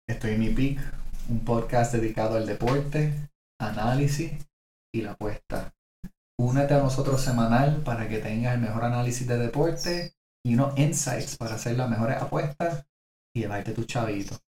Estoy en mi pick, un podcast dedicado al deporte, análisis y la apuesta. Únete a nosotros semanal para que tengas el mejor análisis de deporte y unos insights para hacer las mejores apuestas y llevarte tu chavito.